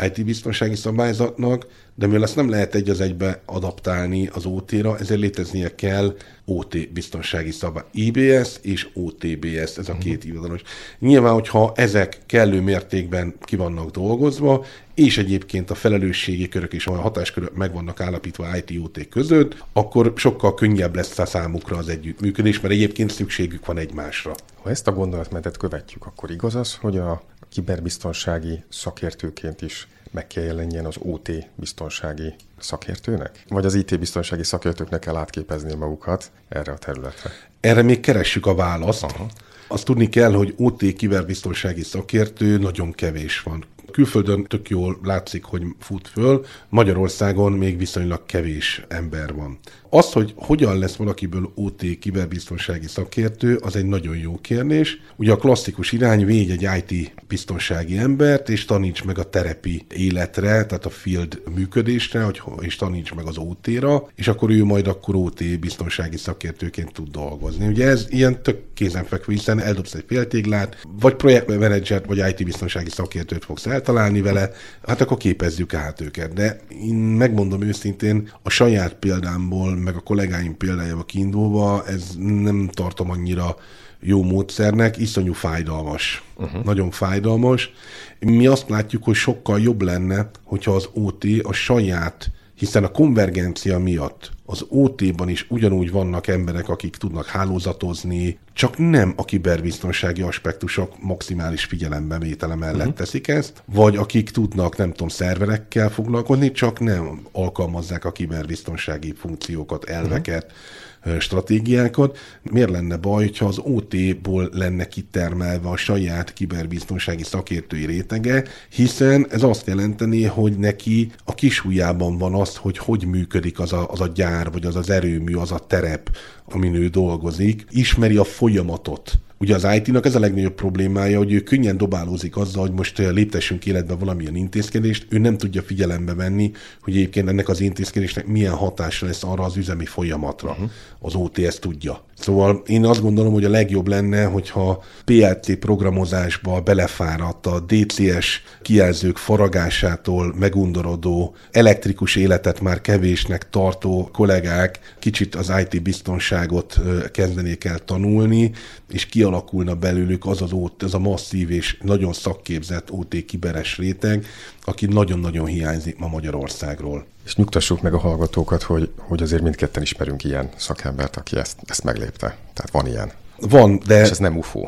IT-biztonsági szabályzatnak, de mivel ezt nem lehet egy az egybe adaptálni az OT-ra, ezért léteznie kell OT biztonsági szabály. IBS és OTBS, ez a két hivatalos. Nyilván, hogyha ezek kellő mértékben ki vannak dolgozva, és egyébként a felelősségi körök és a hatáskörök meg vannak állapítva IT-OT között, akkor sokkal könnyebb lesz a számukra az együttműködés, mert egyébként szükségük van egymásra. Ha ezt a gondolatmenetet követjük, akkor igaz az, hogy a kiberbiztonsági szakértőként is meg kell jelenjen az OT biztonsági szakértőnek? Vagy az IT biztonsági szakértőknek kell átképezni magukat erre a területre? Erre még keressük a választ. Aha. Azt tudni kell, hogy OT kiberbiztonsági szakértő nagyon kevés van. Külföldön tök jól látszik, hogy fut föl, Magyarországon még viszonylag kevés ember van. Az, hogy hogyan lesz valakiből OT kiberbiztonsági szakértő, az egy nagyon jó kérdés. Ugye a klasszikus irány, védj egy IT biztonsági embert, és taníts meg a terepi életre, tehát a field működésre, és taníts meg az OT-ra, és akkor ő majd akkor OT biztonsági szakértőként tud dolgozni. Ugye ez ilyen tök kézenfekvő, hiszen eldobsz egy féltéglát, vagy projektmenedzsert, vagy IT biztonsági szakértőt fogsz eltalálni vele, hát akkor képezzük át őket. De én megmondom őszintén, a saját példámból, meg a kollégáim példájába kiindulva, ez nem tartom annyira jó módszernek, iszonyú fájdalmas. Nagyon fájdalmas. Mi azt látjuk, hogy sokkal jobb lenne, hogyha az OT a saját, hiszen a konvergencia miatt az OT-ban is ugyanúgy vannak emberek, akik tudnak hálózatozni, csak nem a kiberbiztonsági aspektusok maximális figyelembevétele mellett teszik ezt, vagy akik tudnak, nem tudom, szerverekkel foglalkozni, csak nem alkalmazzák a kiberbiztonsági funkciókat, elveket, stratégiákat. Miért lenne baj, ha az OT-ból lenne kitermelve a saját kiberbiztonsági szakértői rétege, hiszen ez azt jelenteni, hogy neki a kisujjában van az, hogy működik az a gyár, vagy az erőmű, az a terep, amin ő dolgozik, ismeri a folyamatot. Ugye az IT-nak ez a legnagyobb problémája, hogy ő könnyen dobálózik azzal, hogy most léptessünk életbe valamilyen intézkedést, ő nem tudja figyelembe venni, hogy egyébként ennek az intézkedésnek milyen hatása lesz arra az üzemi folyamatra. Az OT ezt tudja. Szóval én azt gondolom, hogy a legjobb lenne, hogyha PLC programozásba belefáradt a DCS kijelzők faragásától megundorodó, elektrikus életet már kevésnek tartó kollégák kicsit az IT biztonságot kezdenék el tanulni, és kialakulna belőlük az a masszív és nagyon szakképzett OT kiberes réteg, aki nagyon-nagyon hiányzik ma Magyarországról. És nyugtassuk meg a hallgatókat, hogy azért mindketten ismerünk ilyen szakembert, aki ezt meglépte. Tehát van ilyen. Van, de... És ez nem UFO.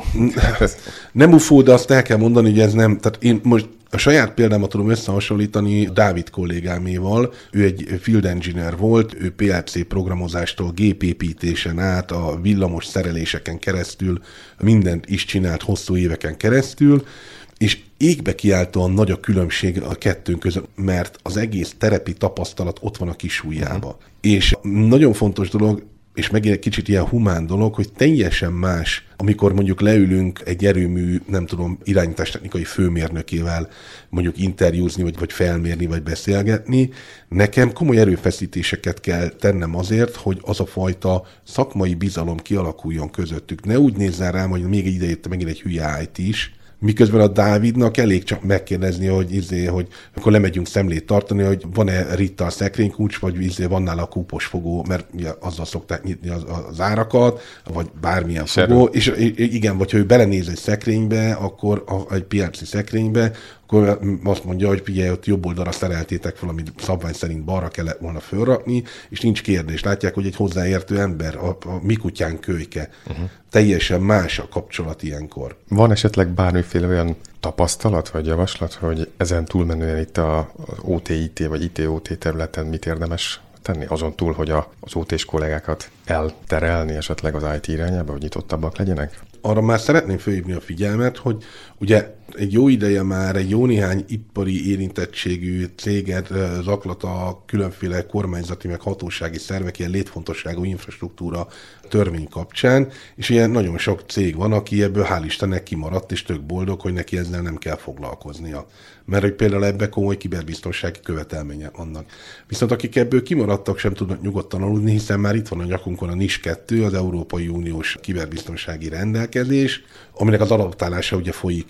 Nem UFO, de azt el kell mondani, hogy ez nem... Tehát én most a saját példámat tudom összehasonlítani Dávid kollégáméval. Ő egy field engineer volt, ő PLC programozástól gépépítésen át, a villamos szereléseken keresztül mindent is csinált hosszú éveken keresztül, és égbe kiáltóan nagy a különbség a kettőnk között, mert az egész terepi tapasztalat ott van a kisujjába. És nagyon fontos dolog, és megint egy kicsit ilyen humán dolog, hogy teljesen más, amikor mondjuk leülünk egy erőmű, nem tudom, irányítástechnikai főmérnökével mondjuk interjúzni, vagy felmérni, vagy beszélgetni. Nekem komoly erőfeszítéseket kell tennem azért, hogy az a fajta szakmai bizalom kialakuljon közöttük. Ne úgy nézzen rám, hogy még egy idejött megint egy hülye IT is, miközben a Dávidnak elég csak megkérdezni, hogy akkor lemegyünk szemlét tartani, hogy van-e Ritta a szekrénykulcs, vagy van nála a kúpos fogó, mert azzal szokták nyitni az árakat, vagy bármilyen fogó. És igen, vagy ha ő belenéz egy szekrénybe, akkor egy PLC szekrénybe, akkor azt mondja, hogy figyelj, ott jobb oldalra szereltétek fel, amit szabvány szerint balra kellett volna fölrakni, és nincs kérdés. Látják, hogy egy hozzáértő ember, a mi kutyánk kölyke. Teljesen más a kapcsolat ilyenkor. Van esetleg bármiféle olyan tapasztalat vagy javaslat, hogy ezen túlmenően itt az OT-IT vagy IT-OT területen mit érdemes tenni? Azon túl, hogy az OT-s kollégákat elterelni esetleg az IT irányába, hogy nyitottabbak legyenek? Arra már szeretném felhívni a figyelmet, hogy ugye egy jó ideje már egy jó néhány ipari érintettségű céget zaklat a különféle kormányzati meg hatósági szervek ilyen létfontosságú infrastruktúra törvény kapcsán, és ilyen nagyon sok cég van, aki ebből hál' Istennek kimaradt, és tök boldog, hogy neki ezzel nem kell foglalkoznia. Mert hogy például ebben komoly kiberbiztonsági követelmények vannak. Viszont akik ebből kimaradtak, sem tudnak nyugodtan aludni, hiszen már itt van a nyakunkon a NIS 2, az Európai Uniós kiberbiztonsági rendelkezés, aminek az adaptálása ugye folyik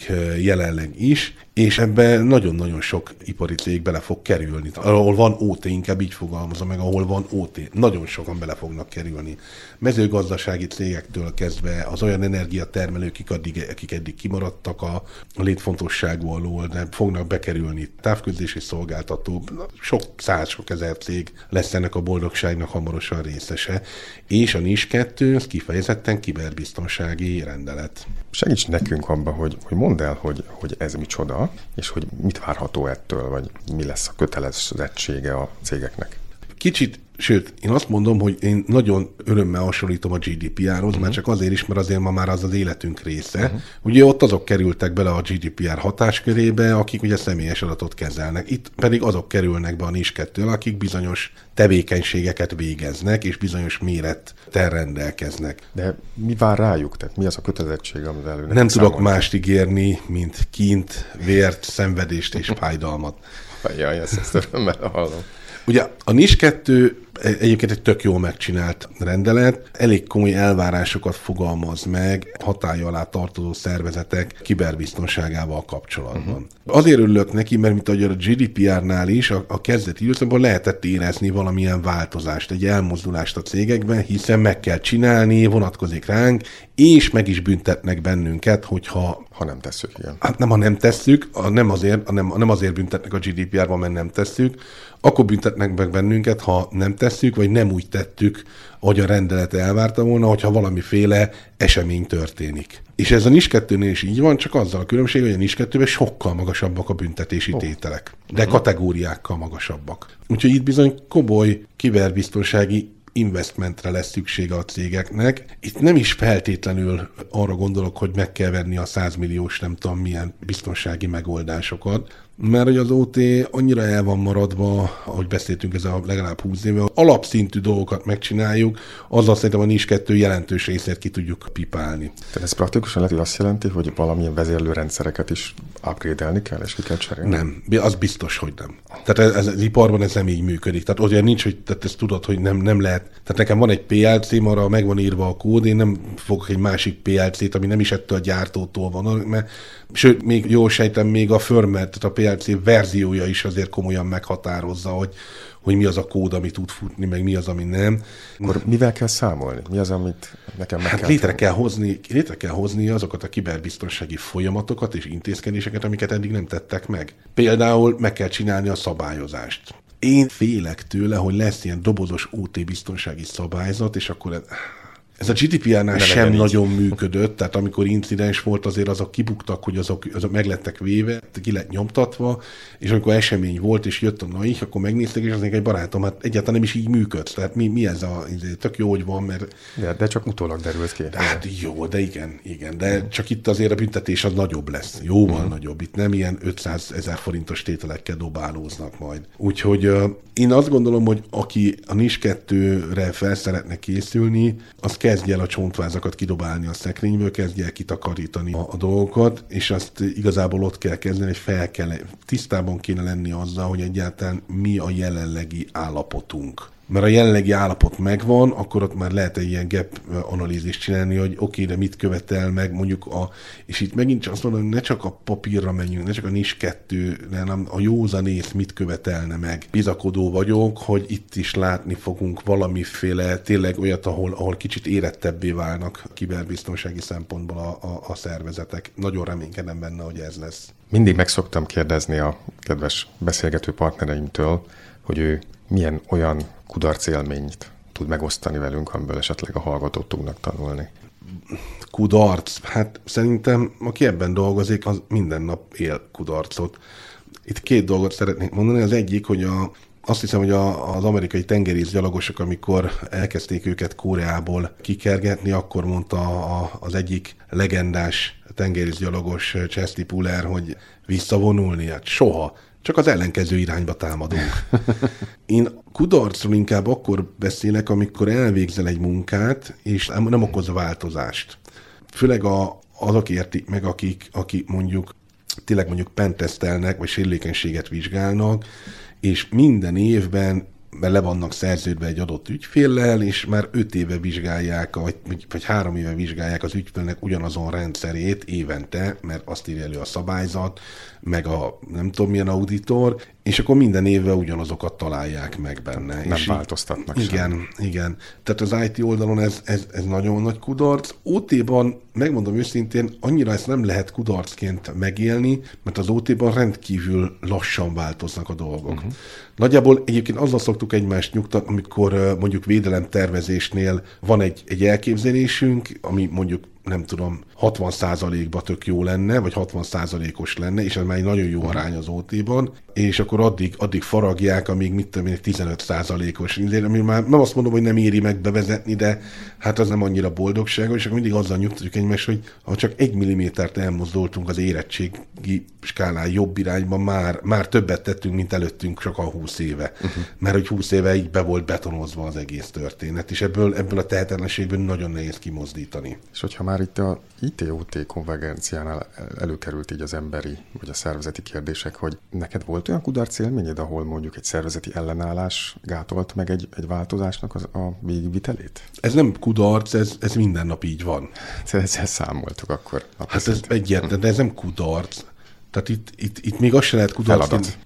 jelenleg is, és ebben nagyon-nagyon sok ipari cég bele fog kerülni. Ahol van OT, inkább így fogalmazom meg, ahol van OT, nagyon sokan bele fognak kerülni. Mezőgazdasági cégektől kezdve az olyan energiatermelők, akik eddig kimaradtak a létfontosságú alól, de fognak bekerülni távközlési szolgáltató, sok száz, sok ezer cég lesz ennek a boldogságnak hamarosan részese. És a NIS 2, az kifejezetten kiberbiztonsági rendelet. Segíts nekünk abban, hogy mondd el, hogy ez micsoda, és hogy mit várható ettől, vagy mi lesz a kötelezettsége a cégeknek. Kicsit, sőt, én azt mondom, hogy én nagyon örömmel hasonlítom a GDPR-hoz, már csak azért is, mert azért ma már az életünk része. Ugye ott azok kerültek bele a GDPR hatáskörébe, akik ugye személyes adatot kezelnek. Itt pedig azok kerülnek be a NIS 2-vel, akik bizonyos tevékenységeket végeznek, és bizonyos mérettel rendelkeznek. De mi vár rájuk? Tehát mi az a kötelezettség, amivel őnek nem tudok mást ígérni, mint kint, vért, szenvedést és fájdalmat. Jaj, ezt örömmel hallom. Ugye a NIS 2 egyébként egy tök jól megcsinált rendelet, elég komoly elvárásokat fogalmaz meg hatálya alá tartozó szervezetek kiberbiztonságával kapcsolatban. Azért örülök neki, mert mint ahogy a GDPR-nál is a kezdeti időszakban lehetett érezni valamilyen változást, egy elmozdulást a cégekben, hiszen meg kell csinálni, vonatkozik ránk, és meg is büntetnek bennünket, hogyha... Ha nem tesszük, igen. Hát nem, ha nem tesszük, nem azért büntetnek a GDPR-ban, mert nem tesszük, akkor büntetnek meg bennünket, ha nem tesszük, vagy nem úgy tettük, ahogy a rendelet elvárta volna, hogyha valamiféle esemény történik. És ez a NIS 2-nél is így van, csak azzal a különbség, hogy a NIS 2-ben sokkal magasabbak a büntetési tételek, de kategóriákkal magasabbak. Úgyhogy itt bizony komoly kiberbiztonsági investmentre lesz szüksége a cégeknek. Itt nem is feltétlenül arra gondolok, hogy meg kell venni a 100 milliós nem tudom milyen biztonsági megoldásokat, mert hogy az OT annyira el van maradva, ahogy beszéltünk ez a legalább 20 éve, alapszintű dolgokat megcsináljuk, azzal szerintem a NIS 2 jelentős részét ki tudjuk pipálni. Tehát ez praktikusan lehet, hogy azt jelenti, hogy valamilyen vezérlőrendszereket is upgrade-elni kell, és ki kell cserélni? Nem, az biztos, hogy nem. Tehát az iparban ez nem így működik. Tehát olyan nincs, hogy tehát ezt tudod, hogy nem lehet. Tehát nekem van egy PLC-m, arra megvan írva a kód, én nem fogok egy másik PLC-t, ami nem is ettől a gyártótól van, mert sőt, még jól sejtem, még a firmware, tehát a PLC verziója is azért komolyan meghatározza, hogy mi az a kód, ami tud futni, meg mi az, ami nem. Akkor mivel kell számolni? Mi az, amit nekem meg kell létre kell hozni azokat a kiberbiztonsági folyamatokat és intézkedéseket, amiket eddig nem tettek meg. Például meg kell csinálni a szabályozást. Én félek tőle, hogy lesz ilyen dobozos OT biztonsági szabályzat, és akkor ez a GDPR-nál sem nagyon működött, tehát amikor incidens volt, azért azok kibuktak, hogy azok meg lettek véve, ki lett nyomtatva, és amikor esemény volt, és jött a NAIH, akkor megnéztek, és azért egy barátom, hát egyáltalán nem is így működ. Tehát mi ez tök jó, hogy van, mert... De csak utólag derült ki. Hát jó, de igen, de csak itt azért a büntetés az nagyobb lesz. Jóval nagyobb. Itt nem ilyen 500 000 forintos tételekkel dobálóznak majd. Úgyhogy én azt gondolom, hogy aki a NIS 2-re fel szeretne készülni, az kezdje el a csontvázakat kidobálni a szekrényből, kezdje el kitakarítani a dolgokat, és azt igazából ott kell kezdeni, hogy tisztában kéne lenni azzal, hogy egyáltalán mi a jelenlegi állapotunk. Mert a jelenlegi állapot megvan, akkor ott már lehet egy ilyen gap analízist csinálni, hogy oké, de mit követel meg, mondjuk és itt megint csak azt mondom, hogy ne csak a papírra menjünk, ne csak a NIS 2, hanem a józanész mit követelne meg. Bizakodó vagyok, hogy itt is látni fogunk valamiféle, tényleg olyat, ahol kicsit érettebbé válnak kiberbiztonsági szempontból a szervezetek. Nagyon reménykedem benne, hogy ez lesz. Mindig meg szoktam kérdezni a kedves beszélgető partnereimtől, hogy ő milyen olyan kudarcélményt tud megosztani velünk, amiből esetleg a hallgatók tudnak tanulni. Kudarc? Hát szerintem, aki ebben dolgozik, az minden nap él kudarcot. Itt két dolgot szeretnék mondani. Az egyik, hogy azt hiszem, hogy az amerikai tengerészgyalogosok, amikor elkezdték őket Koreából kikergetni, akkor mondta az egyik legendás tengerészgyalogos Chesty Puller, hogy visszavonulni, hát soha. Csak az ellenkező irányba támadunk. Én kudarcról inkább akkor beszélek, amikor elvégzel egy munkát, és nem okoz változást. Főleg azok értik meg, akik mondjuk tényleg pentesztelnek, vagy sérülékenységet vizsgálnak, és minden évben mert le vannak szerződve egy adott ügyféllel, és már 5 éve vizsgálják, vagy 3 éve vizsgálják az ügyfélnek ugyanazon rendszerét évente, mert azt írja elő a szabályzat, meg a nem tudom milyen auditor, és akkor minden évben ugyanazokat találják meg benne. Nem és változtatnak igen. Tehát az IT oldalon ez nagyon nagy kudarc. OT-ban, megmondom őszintén, annyira ezt nem lehet kudarcként megélni, mert az OT-ban rendkívül lassan változnak a dolgok. Nagyjából egyébként azzal szoktuk egymást nyugtatni, amikor mondjuk védelemtervezésnél van egy elképzelésünk, ami mondjuk nem tudom, 60%-ba tök jó lenne, vagy 60%-os lenne, és ez már egy nagyon jó arány az OT-ban, és akkor addig faragják, amíg mit tudom én, 15%-os, ami már nem azt mondom, hogy nem éri meg bevezetni, de hát az nem annyira boldogságos, és akkor mindig azzal nyugtatjuk egymást, hogy ha csak 1 millimétert elmozdultunk az érettségi skálán jobb irányba, már többet tettünk, mint előttünk csak a 20 éve. Mert hogy 20 éve így be volt betonozva az egész történet, és ebből a tehetetlenségből nagyon nehéz kimozdítani. És hogyha már itt a IT-OT konvergenciánál előkerült így az emberi vagy a szervezeti kérdések, hogy neked volt olyan kudarc élményed, ahol mondjuk egy szervezeti ellenállás gátolt meg egy változásnak a végigvitelét? Ez nem kudarc, ez minden nap így van. Ezzel számoltuk akkor. Hát ez egyértelmű, de ez nem kudarc. Tehát itt még az se lehet kudarc. Feladat.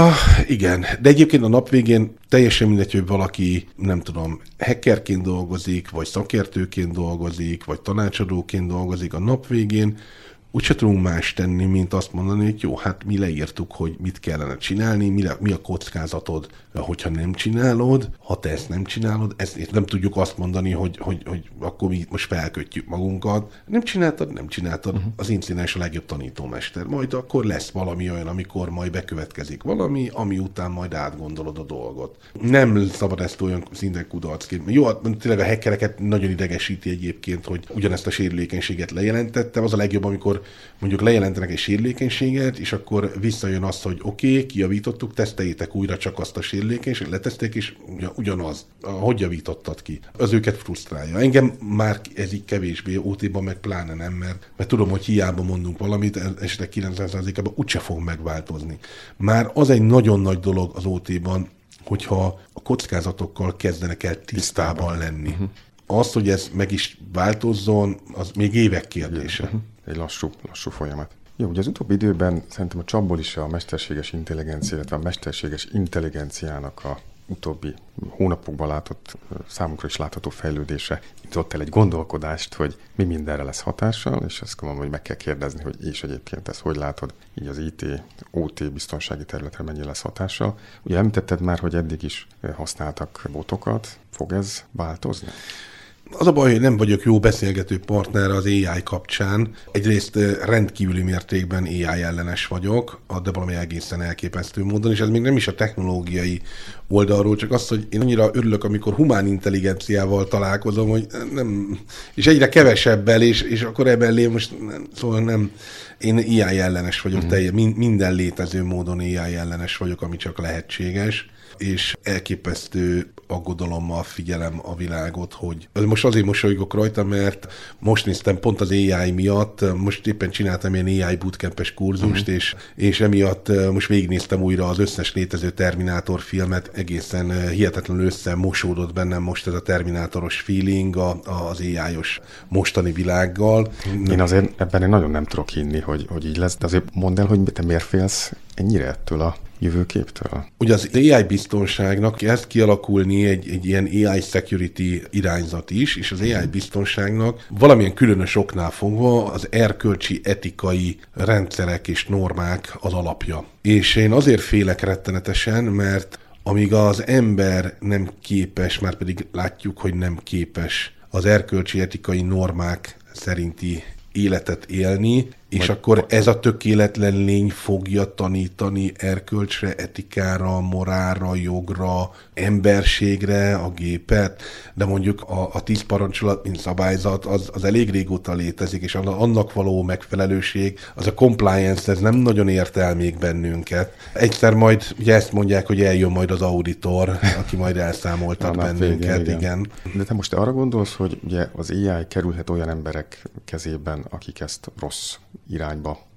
Igen, de egyébként a nap végén teljesen mindegy, hogy valaki, nem tudom, hackerként dolgozik, vagy szakértőként dolgozik, vagy tanácsadóként dolgozik, a nap végén úgyse tudunk más tenni, mint azt mondani, hogy jó, hát mi leírtuk, hogy mit kellene csinálni, mi a kockázatod, hogyha nem csinálod, ha te ezt nem csinálod, ezt nem tudjuk azt mondani, hogy akkor mi most felkötjük magunkat. Nem csináltad, az incidens a legjobb tanítómester. Majd akkor lesz valami olyan, amikor majd bekövetkezik valami, ami után majd átgondolod a dolgot. Nem szabad ezt olyan szinten kudarcként. Jó, tényleg a hackereket nagyon idegesíti egyébként, hogy ugyanezt a sérülékenységet lejelentettem. Az a legjobb, amikor mondjuk lejelentenek egy sérülékenységet, és akkor visszajön az, hogy oké, kijavítottuk, teszteljétek újra csak azt a sérülékenységet, leteszteljék, és ugyanaz. Hogy javítottad ki? Az őket frusztrálja. Engem már ez így kevésbé, OT-ban meg pláne nem, mert tudom, hogy hiába mondunk valamit, esetleg 90%-ában úgyse fog megváltozni. Már az egy nagyon nagy dolog az OT-ban, hogyha a kockázatokkal kezdenek el tisztában lenni. Az, hogy ez meg is változzon, az még évek kérdése. Egy lassú folyamat. Jó, ugye az utóbbi időben szerintem a csapból is a mesterséges intelligencia, illetve a mesterséges intelligenciának a utóbbi hónapokban látott, számunkra is látható fejlődése indított el egy gondolkodást, hogy mi mindenre lesz hatással, és ezt mondom, hogy meg kell kérdezni, hogy és egyébként ezt hogy látod, így az IT, OT biztonsági területre mennyi lesz hatással. Ugye említetted már, hogy eddig is használtak botokat, fog ez változni? Az a baj, hogy nem vagyok jó beszélgető partner az AI kapcsán. Egyrészt rendkívüli mértékben AI ellenes vagyok, de valami egészen elképesztő módon, és ez még nem is a technológiai oldalról, csak az, hogy én annyira örülök, amikor humán intelligenciával találkozom, hogy nem, és egyre kevesebbel, és akkor ebben most szóval nem, én AI ellenes vagyok, minden létező módon AI ellenes vagyok, ami csak lehetséges, és elképesztő aggodalommal figyelem a világot, hogy most azért mosolygok rajta, mert most néztem pont az AI miatt, most éppen csináltam ilyen AI bootcampes kurzust, és emiatt most végignéztem újra az összes létező Terminátor filmet, egészen hihetetlenül összemosódott bennem most ez a terminátoros feeling az AI-os mostani világgal. Én azért ebben én nagyon nem tudok hinni, hogy így lesz, de azért mondd el, hogy te miért félsz ennyire ettől a jövőképtől? Ugye az AI biztonságnak kezd kialakulni egy ilyen AI security irányzat is, és az AI biztonságnak valamilyen különös oknál fogva az erkölcsi, etikai rendszerek és normák az alapja. És én azért félek rettenetesen, mert amíg az ember nem képes, már pedig látjuk, hogy nem képes az erkölcsi, etikai normák szerinti életet élni, és akkor ez a tökéletlen lény fogja tanítani erkölcsre, etikára, morálra, jogra, emberségre a gépet, de mondjuk a 10 parancsolat, mint szabályzat, az elég régóta létezik, és annak való megfelelőség, az a compliance, ez nem nagyon ért el még bennünket. Egyszer majd, ugye ezt mondják, hogy eljön majd az auditor, aki majd elszámoltat bennünket, végén, igen. De te most arra gondolsz, hogy ugye az AI kerülhet olyan emberek kezében, akik ezt rossz irányba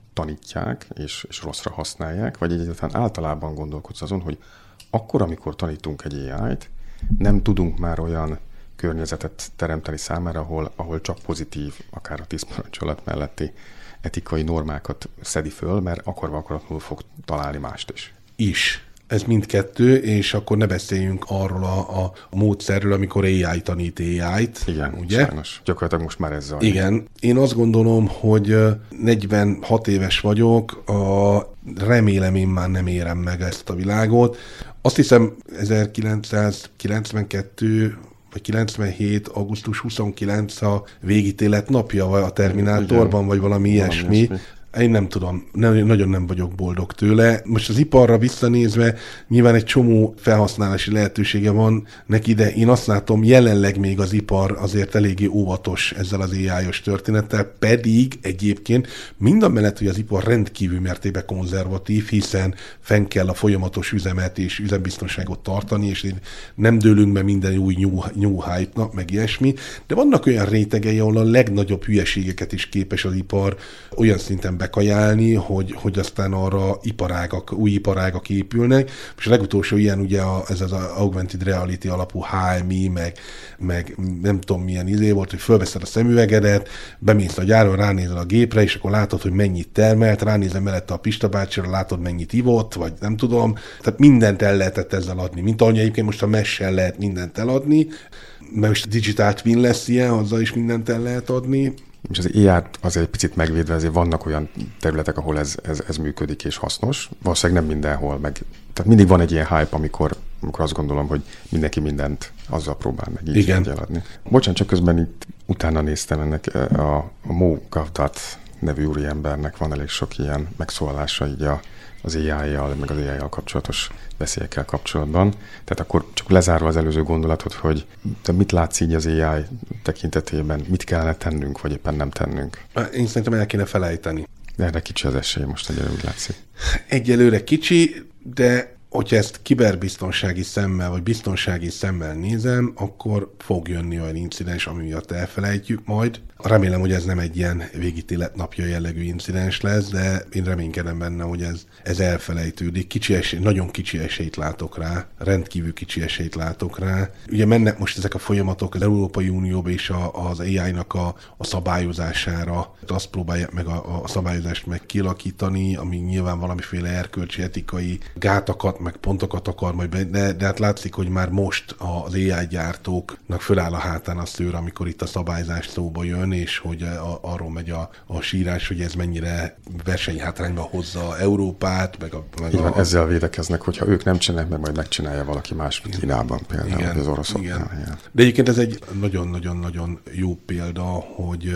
tanítják, és rosszra használják, vagy egyáltalán általában gondolkodsz azon, hogy akkor, amikor tanítunk egy AI-t, nem tudunk már olyan környezetet teremteni számára, ahol csak pozitív, akár a 10 parancsolat melletti etikai normákat szedi föl, mert akaratlanul fog találni mást is. Ez mindkettő, és akkor ne beszéljünk arról a módszerről, amikor AI tanít AI-t. Igen, ugye? Sajnos. Gyakorlatilag most már ezzel. Igen. Én azt gondolom, hogy 46 éves vagyok, remélem én már nem érem meg ezt a világot. Azt hiszem 1992 vagy 97. augusztus 29 a végítélet napja a Terminátorban, vagy valami ilyesmi. Én nem tudom, nagyon nem vagyok boldog tőle. Most az iparra visszanézve nyilván egy csomó felhasználási lehetősége van neki, de én azt látom, jelenleg még az ipar azért eléggé óvatos ezzel az AI-os történettel, pedig egyébként mindamellett, hogy az ipar rendkívül mértékben konzervatív, hiszen fenn kell a folyamatos üzemet és üzembiztonságot tartani, és nem dőlünk be minden új new hype-nak, meg ilyesmi, de vannak olyan rétegei, ahol a legnagyobb hülyeségeket is képes az ipar olyan szinten bekajálni, hogy aztán arra új iparágak épülnek. És a legutolsó ilyen ugye ez az augmented reality alapú HMI, meg nem tudom milyen volt, hogy fölveszed a szemüvegedet, bemész a gyáron, ránézel a gépre, és akkor látod, hogy mennyit termelt, ránézel mellette a Pista bácsira, látod, mennyit ivott, vagy nem tudom. Tehát mindent el lehetett ezzel adni. Mint ahogy egyébként most a Mesh-sel lehet mindent eladni, mert most a Digital Twin lesz ilyen, azzal is mindent el lehet adni. És az AI-t azért egy picit megvédve, azért vannak olyan területek, ahol ez működik és hasznos. Valószínűleg nem mindenhol. Tehát mindig van egy ilyen hype, amikor azt gondolom, hogy mindenki mindent azzal próbál meg így eladni. Bocsánat, csak közben itt utána néztem ennek a Mo Gaudat nevű úriembernek van elég sok ilyen megszólalása így az AI-jal, meg az AI-jal kapcsolatos veszélyekkel kapcsolatban. Tehát akkor csak lezárva az előző gondolatot, hogy te mit látsz így az AI tekintetében, mit kellene tennünk, vagy éppen nem tennünk? Én szerintem el kéne felejteni. De erre kicsi az esély most egyelőre, úgy látszik. Egyelőre kicsi, de hogyha ezt kiberbiztonsági szemmel, vagy biztonsági szemmel nézem, akkor fog jönni olyan incidens, ami miatt elfelejtjük majd. Remélem, hogy ez nem egy ilyen végítélet napja jellegű incidens lesz, de én reménykedem benne, hogy ez elfelejtődik. Nagyon kicsi esélyt látok rá, rendkívül kicsi esélyt látok rá. Ugye mennek most ezek a folyamatok az Európai Unióba és az AI-nak a szabályozására. Azt próbálják meg a szabályozást meg kialakítani, ami nyilván valamiféle erkölcsi, etikai gátakat, meg pontokat akar majd de hát látszik, hogy már most az AI gyártóknak föláll a hátán a szőr, amikor itt a szabályzás szóba jön, és hogy arról megy a sírás, hogy ez mennyire versenyhátrányba hozza Európát, Igen, ezzel védekeznek, hogyha ők nem csinálják, meg majd megcsinálja valaki más, mint Kínában például, igen, az oroszoknál. Igen. De egyébként ez egy nagyon-nagyon-nagyon jó példa, hogy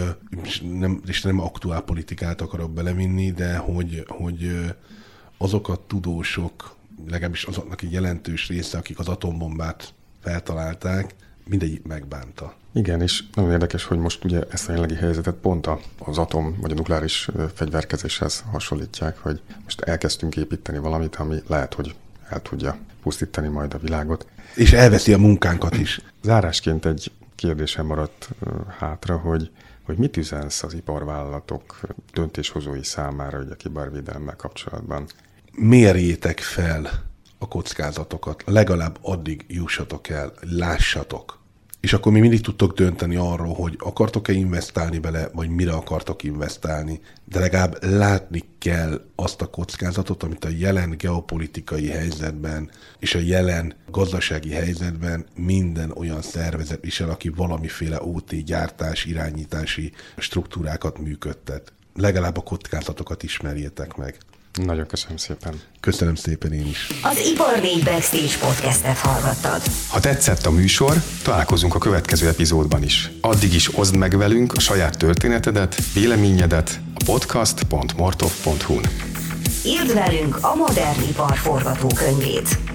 és nem aktuál politikát akarok belevinni, de hogy azok a tudósok, legalábbis azoknak egy jelentős része, akik az atombombát feltalálták, mindegyik megbánta. Igen, és nagyon érdekes, hogy most ugye ezt a jelenlegi helyzetet pont az atom vagy a nukleáris fegyverkezéshez hasonlítják, hogy most elkezdtünk építeni valamit, ami lehet, hogy el tudja pusztítani majd a világot. És elveszi a munkánkat is. Zárásként egy kérdésem maradt hátra, hogy mit üzensz az iparvállalatok döntéshozói számára ugye a kibervédelemmel kapcsolatban? Mérjétek fel a kockázatokat, legalább addig jussatok el, lássatok. És akkor mi mindig tudtok dönteni arról, hogy akartok-e investálni bele, vagy mire akartok investálni. De legalább látni kell azt a kockázatot, amit a jelen geopolitikai helyzetben és a jelen gazdasági helyzetben minden olyan szervezet visel, aki valamiféle OT gyártás, irányítási struktúrákat működtet. Legalább a kockázatokat ismerjétek meg. Nagyon köszönöm szépen. Köszönöm szépen én is. Az Ipar 4 Backstage podcastet hallgattad. Ha tetszett a műsor, találkozunk a következő epizódban is. Addig is oszd meg velünk a saját történetedet, véleményedet a podcast.mortov.hu-n. Írd velünk a modern ipar forgatókönyvét.